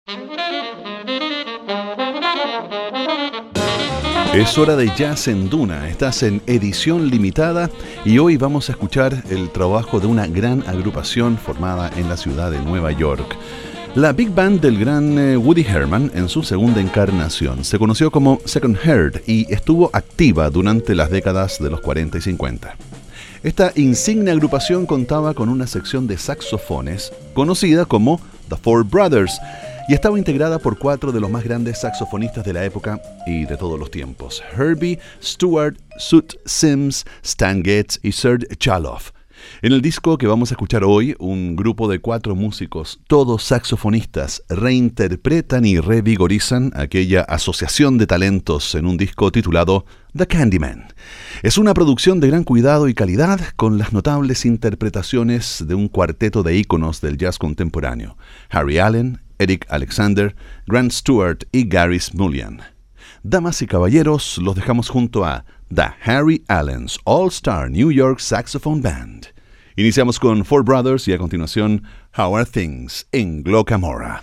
Es hora de Jazz en Duna, estás en edición limitada y hoy vamos a escuchar el trabajo de una gran agrupación formada en la ciudad de Nueva York. La Big Band del gran Woody Herman en su segunda encarnación se conoció como Second Heard y estuvo activa durante las décadas de los 40 y 50. Esta insigne agrupación contaba con una sección de saxofones conocida como The Four Brothers y estaba integrada por 4 de los más grandes saxofonistas de la época y de todos los tiempos: Herbie, Stewart, Soot Sims, Stan Getz y Serge Chaloff. En el disco que vamos a escuchar hoy, un grupo de 4 músicos, todos saxofonistas, reinterpretan y revigorizan aquella asociación de talentos en un disco titulado The Candyman. Es una producción de gran cuidado y calidad con las notables interpretaciones de un cuarteto de íconos del jazz contemporáneo: Harry Allen, Eric Alexander, Grant Stewart y Gary Smulyan. Damas y caballeros, los dejamos junto a The Harry Allen's All-Star New York Saxophone Band. Iniciamos con Four Brothers y a continuación How Are Things en Glocamora.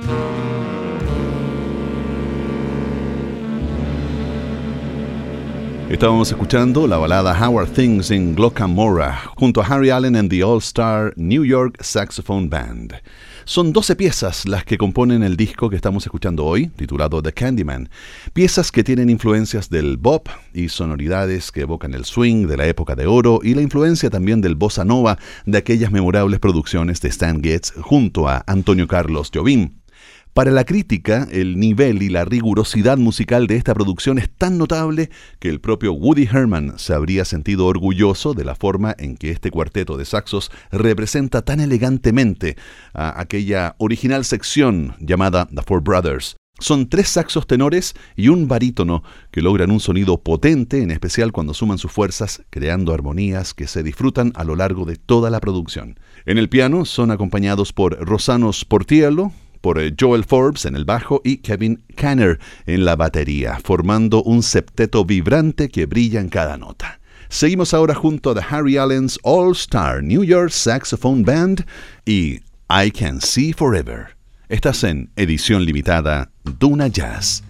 Estábamos escuchando la balada How Are Things in Glockamora junto a Harry Allen and the All-Star New York Saxophone Band. Son 12 piezas las que componen el disco que estamos escuchando hoy, titulado The Candyman. Piezas que tienen influencias del bop y sonoridades que evocan el swing de la época de oro y la influencia también del bossa nova de aquellas memorables producciones de Stan Getz junto a Antonio Carlos Jobim. Para la crítica, el nivel y la rigurosidad musical de esta producción es tan notable que el propio Woody Herman se habría sentido orgulloso de la forma en que este cuarteto de saxos representa tan elegantemente a aquella original sección llamada The Four Brothers. Son 3 saxos tenores y un barítono que logran un sonido potente, en especial cuando suman sus fuerzas, creando armonías que se disfrutan a lo largo de toda la producción. En el piano son acompañados por Rossano Sportiello, por Joel Forbes en el bajo y Kevin Canner en la batería, formando un septeto vibrante que brilla en cada nota. Seguimos ahora junto a The Harry Allen's All-Star New York Saxophone Band y I Can See Forever. Estás en edición limitada Duna Jazz.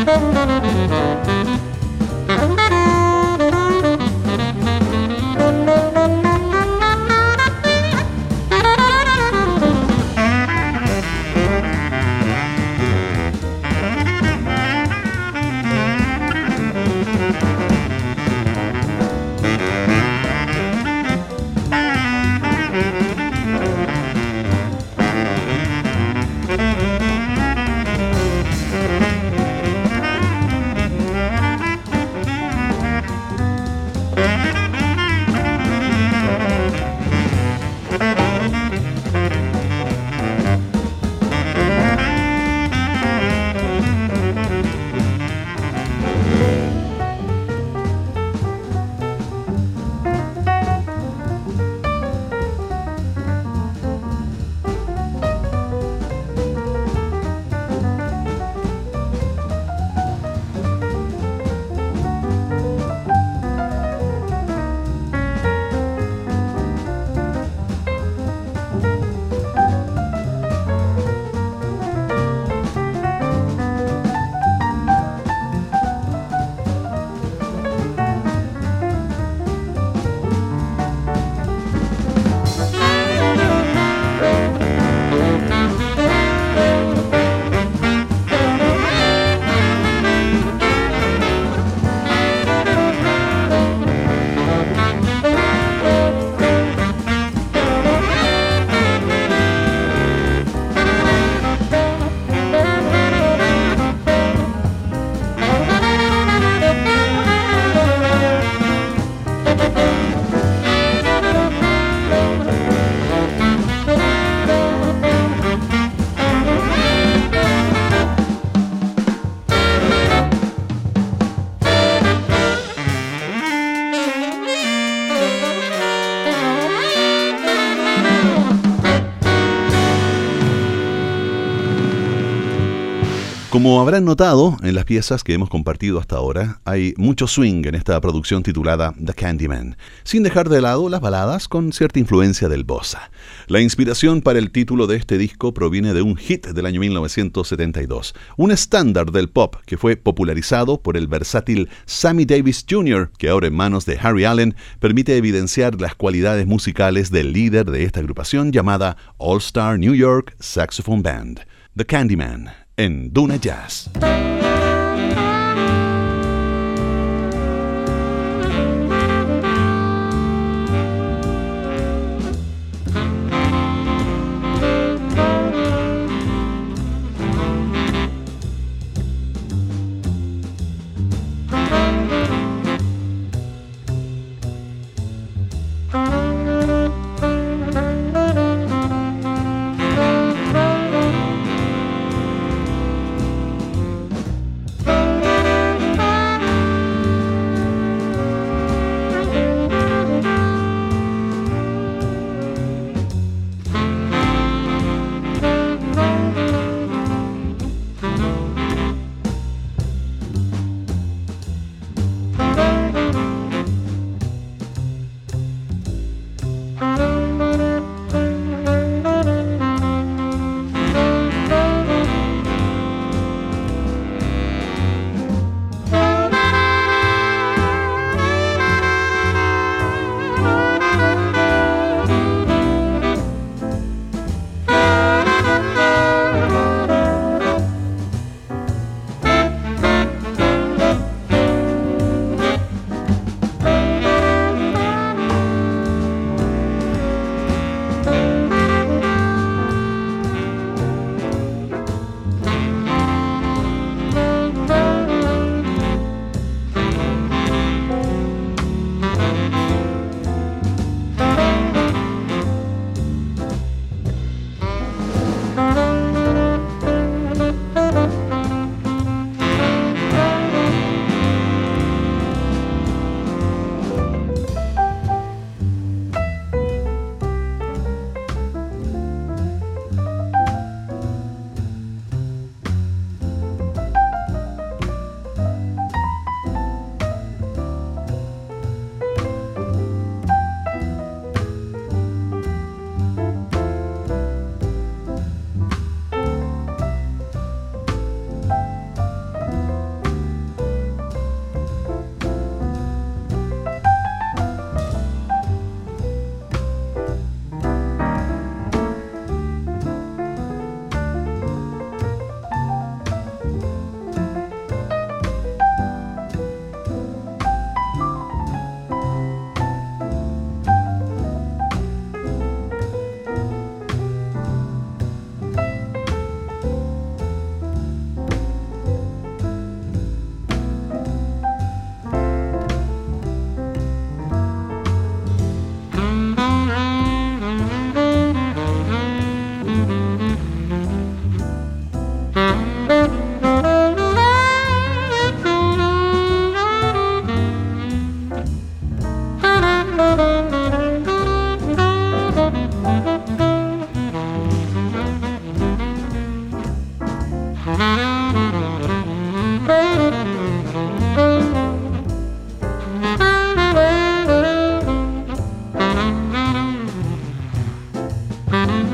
Como habrán notado en las piezas que hemos compartido hasta ahora, hay mucho swing en esta producción titulada The Candyman, sin dejar de lado las baladas con cierta influencia del bossa. La inspiración para el título de este disco proviene de un hit del año 1972, un estándar del pop que fue popularizado por el versátil Sammy Davis Jr., que ahora en manos de Harry Allen permite evidenciar las cualidades musicales del líder de esta agrupación llamada All Star New York Saxophone Band, The Candyman, en Duna Jazz.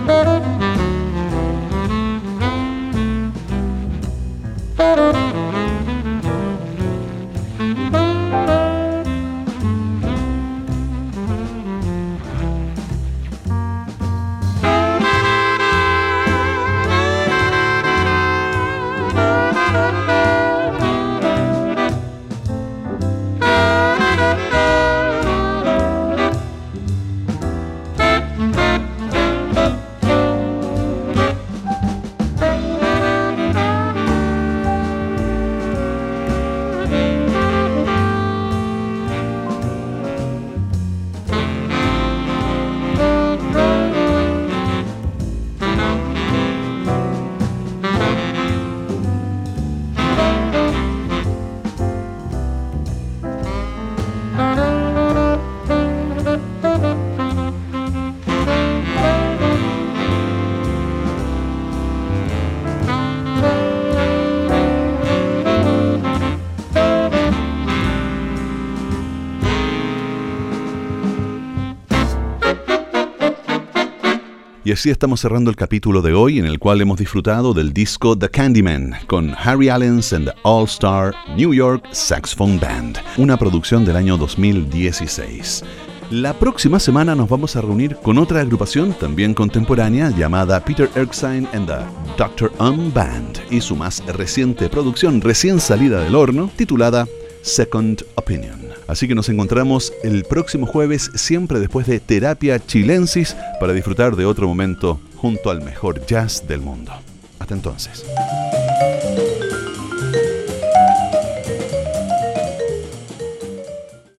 Y así estamos cerrando el capítulo de hoy, en el cual hemos disfrutado del disco The Candyman con Harry Allens and the All Star New York Saxophone Band, una producción del año 2016. La próxima semana nos vamos a reunir con otra agrupación también contemporánea llamada Peter Erskine and the Dr. Band y su más reciente producción, recién salida del horno, titulada Second Opinion. Así que nos encontramos el próximo jueves, siempre después de Terapia Chilensis, para disfrutar de otro momento junto al mejor jazz del mundo. Hasta entonces.